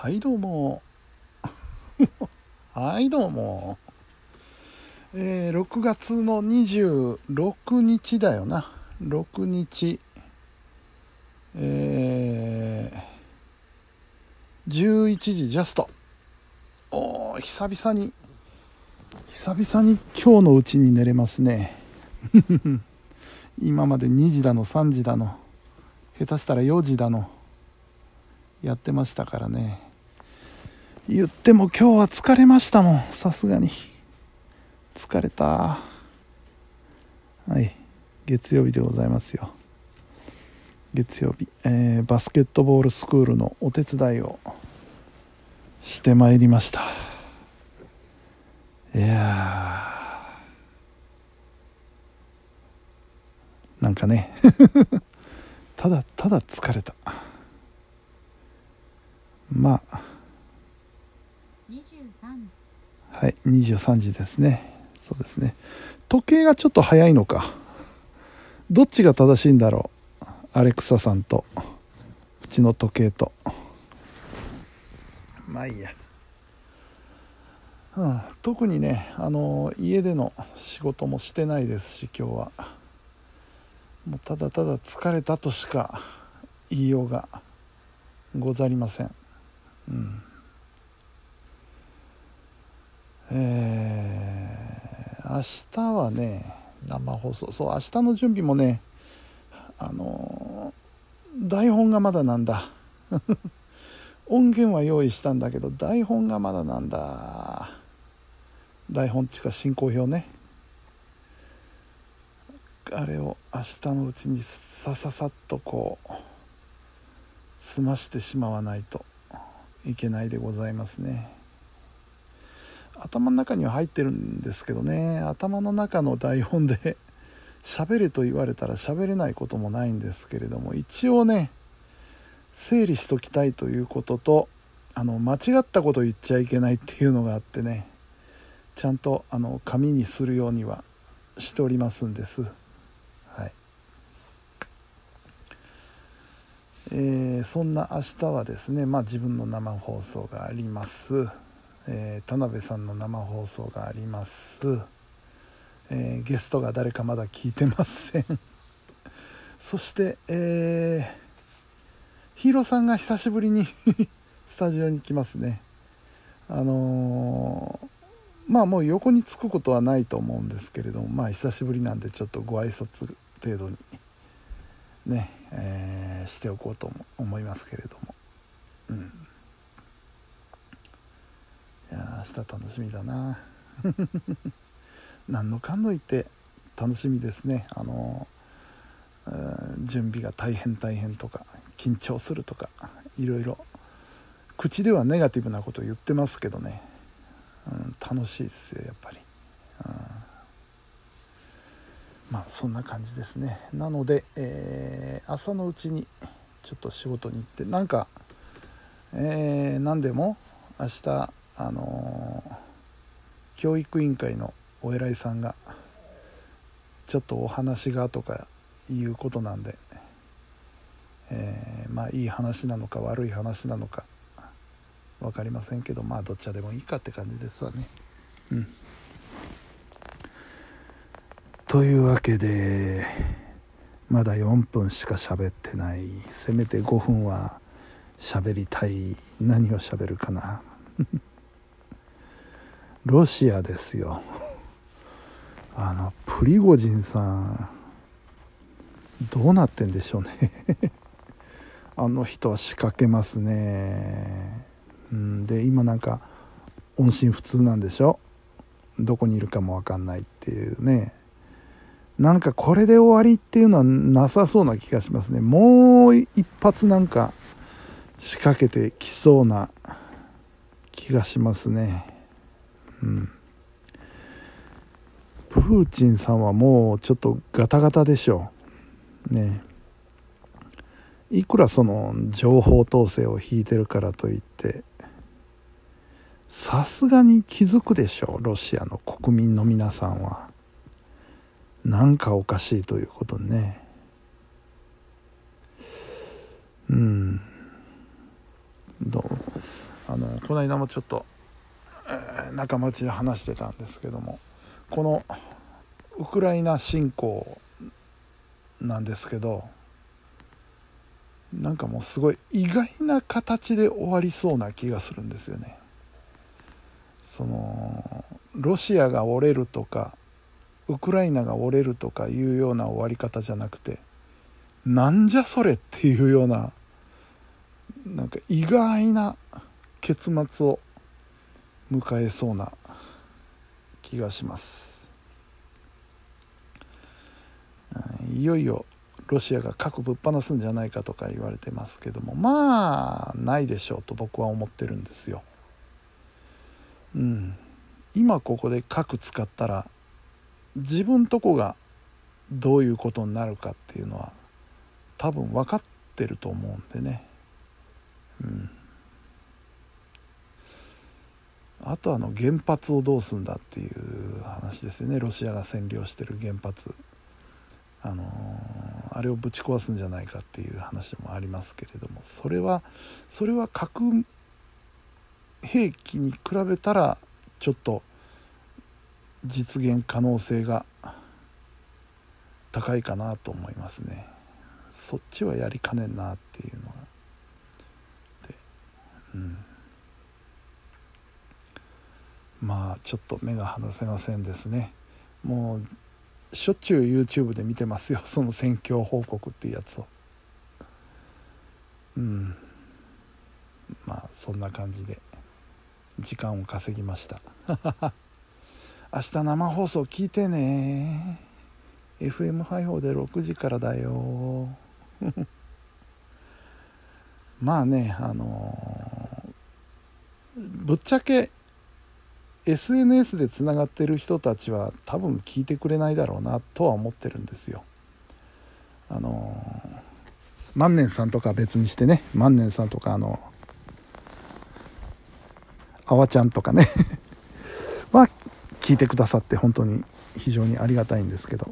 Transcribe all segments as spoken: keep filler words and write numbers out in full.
はいどうもはいどうも、えー、ろくがつのにじゅうろくにちだよな。ろくにち、えー、じゅういちじジャスト。おー、久々に久々に今日のうちに寝れますね今までにじだのさんじだの下手したらよじだのやってましたからね。言っても今日は疲れましたもん。さすがに疲れた。はい、月曜日でございますよ。月曜日、えー、バスケットボールスクールのお手伝いをしてまいりました。いやーなんかねただただ疲れた。まあにじゅうさんはい、にじゅうさんじですね。そうですね。時計がちょっと早いのか。どっちが正しいんだろう。アレクサさんとうちの時計と。まあいいや。うん、特にね、あの家での仕事もしてないですし、今日はもうただただ疲れたとしか言いようがござりません。うん、えー、明日はね生放送、そう明日の準備もね、あのー、台本がまだなんだ音源は用意したんだけど台本がまだなんだ。台本っていうか進行表ね。あれを明日のうちにさささっとこう済ましてしまわないといけないでございますね。頭の中には入ってるんですけどね、頭の中の台本で喋れと言われたら喋れないこともないんですけれども、一応ね整理しときたいということと、あの間違ったこと言っちゃいけないっていうのがあってね、ちゃんとあの紙にするようにはしておりますんです。はい、えー、そんな明日はですね、まあ自分の生放送があります、えー、田辺さんの生放送があります、えー、ゲストが誰かまだ聞いてませんそして、えー、ヒーローさんが久しぶりにスタジオに来ますね。あのー、まあもう横につくことはないと思うんですけれども、まあ久しぶりなんでちょっとご挨拶程度にね、えー、しておこうと思いますけれども、うん、いや明日楽しみだな何のかんの言って楽しみですね。あのー、準備が大変大変とか緊張するとかいろいろ口ではネガティブなことを言ってますけどね、うん、楽しいですよやっぱり、うん、まあそんな感じですね。なので、えー、朝のうちにちょっと仕事に行って、なんか、えー、何でも明日あのー、教育委員会のお偉いさんがちょっとお話がとかいうことなんで、えー、まあいい話なのか悪い話なのか分かりませんけど、まあどっちでもいいかって感じですわね。うん。というわけでまだよんぷんしか喋ってない。せめてごふんは喋りたい。何を喋るかなロシアですよ。あのプリゴジンさんどうなってんでしょうねあの人は仕掛けますね。うん、で今なんか音信不通なんでしょ。どこにいるかも分かんないっていうね。なんかこれで終わりっていうのはなさそうな気がしますね。もう一発なんか仕掛けてきそうな気がしますね。うん。プーチンさんはもうちょっとガタガタでしょうね。いくらその情報統制を引いてるからといってさすがに気づくでしょう。ロシアの国民の皆さんはなんかおかしいということね。うんどうあのこの間もちょっと、えー、仲間内で話してたんですけども、このウクライナ侵攻なんですけど、なんかもうすごい意外な形で終わりそうな気がするんですよね。そのロシアが折れるとかウクライナが折れるとかいうような終わり方じゃなくて、なんじゃそれっていうような、なんか意外な結末を迎えそうな気がします。いよいよロシアが核ぶっ放すんじゃないかとか言われてますけども、まあないでしょうと僕は思ってるんですよ。うん、今ここで核使ったら自分とこがどういうことになるかっていうのは多分分かってると思うんでね。うん、あとあの原発をどうすんだっていう話ですよね。ロシアが占領してる原発、あのー、あれをぶち壊すんじゃないかっていう話もありますけれども、それはそれは核兵器に比べたらちょっと実現可能性が高いかなと思いますね。そっちはやりかねんなっていうのがで、うん、まあちょっと目が離せませんですね。もうしょっちゅう YouTube で見てますよ、その戦況報告っていうやつを。うん、まあそんな感じで時間を稼ぎました明日生放送聞いてね。 エフエム 配報でろくじからだよまあね、あのー、ぶっちゃけ エスエヌエス でつながってる人たちは多分聞いてくれないだろうなとは思ってるんですよ。あのー、万年さんとか別にしてね、万年さんとかあのあわちゃんとかねは聞いてくださって本当に非常にありがたいんですけど、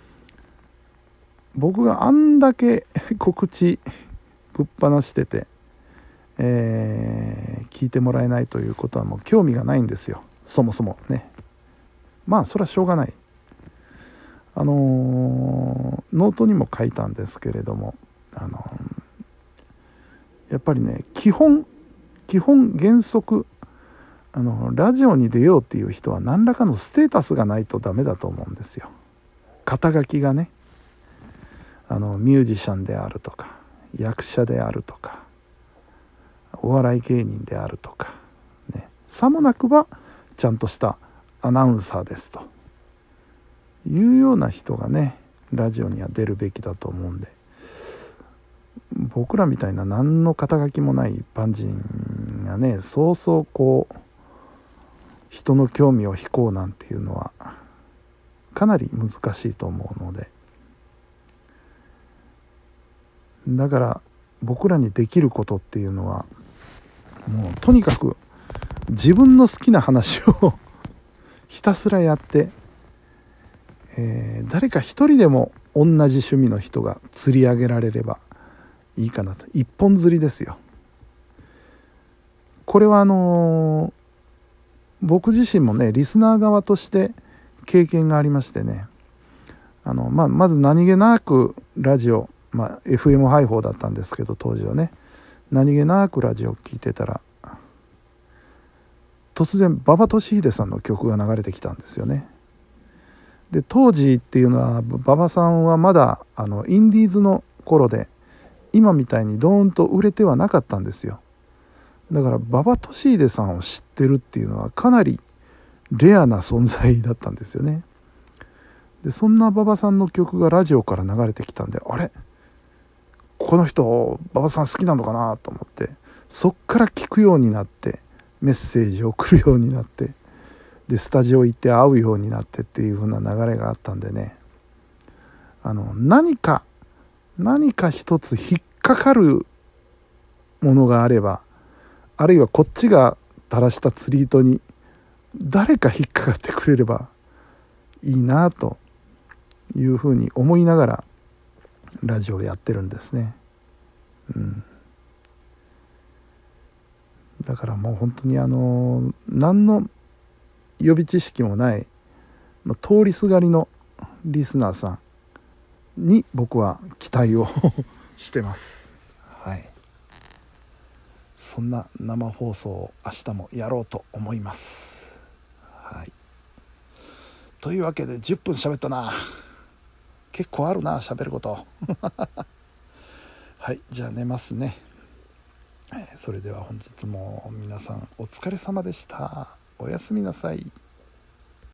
僕があんだけ告知ぶっ放してて、えー、聞いてもらえないということはもう興味がないんですよ、そもそもね。まあそれはしょうがない。あのー、ノートにも書いたんですけれども、あのー、やっぱりね、基本基本原則あのラジオに出ようっていう人は何らかのステータスがないとダメだと思うんですよ。肩書きがね、あのミュージシャンであるとか役者であるとかお笑い芸人であるとかね、さもなくばちゃんとしたアナウンサーですというような人がねラジオには出るべきだと思うんで、僕らみたいな何の肩書きもない一般人がねそうそうこう人の興味を引こうなんていうのはかなり難しいと思うので、だから僕らにできることっていうのはもうとにかく自分の好きな話をひたすらやって、えー、誰か一人でも同じ趣味の人が釣り上げられればいいかなと。一本釣りですよ。これはあのー僕自身もねリスナー側として経験がありましてね、あの、まあ、まず何気なくラジオ、まあ、エフエム 配報だったんですけど当時はね、何気なくラジオを聴いてたら突然馬場俊秀さんの曲が流れてきたんですよね。で当時っていうのは馬場さんはまだあのインディーズの頃で今みたいにドーンと売れてはなかったんですよ。だから馬場俊秀さんを知ってるっていうのはかなりレアな存在だったんですよね。でそんな馬場さんの曲がラジオから流れてきたんで、あれこの人馬場さん好きなのかなと思って、そっから聞くようになってメッセージを送るようになって、でスタジオ行って会うようになってっていう風な流れがあったんでね、あの何か何か一つ引っかかるものがあれば、あるいはこっちが垂らしたツリートに誰か引っかかってくれればいいなというふうに思いながらラジオをやってるんですね。うん、 だからもう本当にあの何の予備知識もない通りすがりのリスナーさんに僕は期待をしてます。はい、そんな生放送を明日もやろうと思います。はい、というわけでじゅっぷん喋ったな。結構あるな、喋ることはい、じゃあ寝ますね。それでは本日も皆さんお疲れ様でした。おやすみなさい。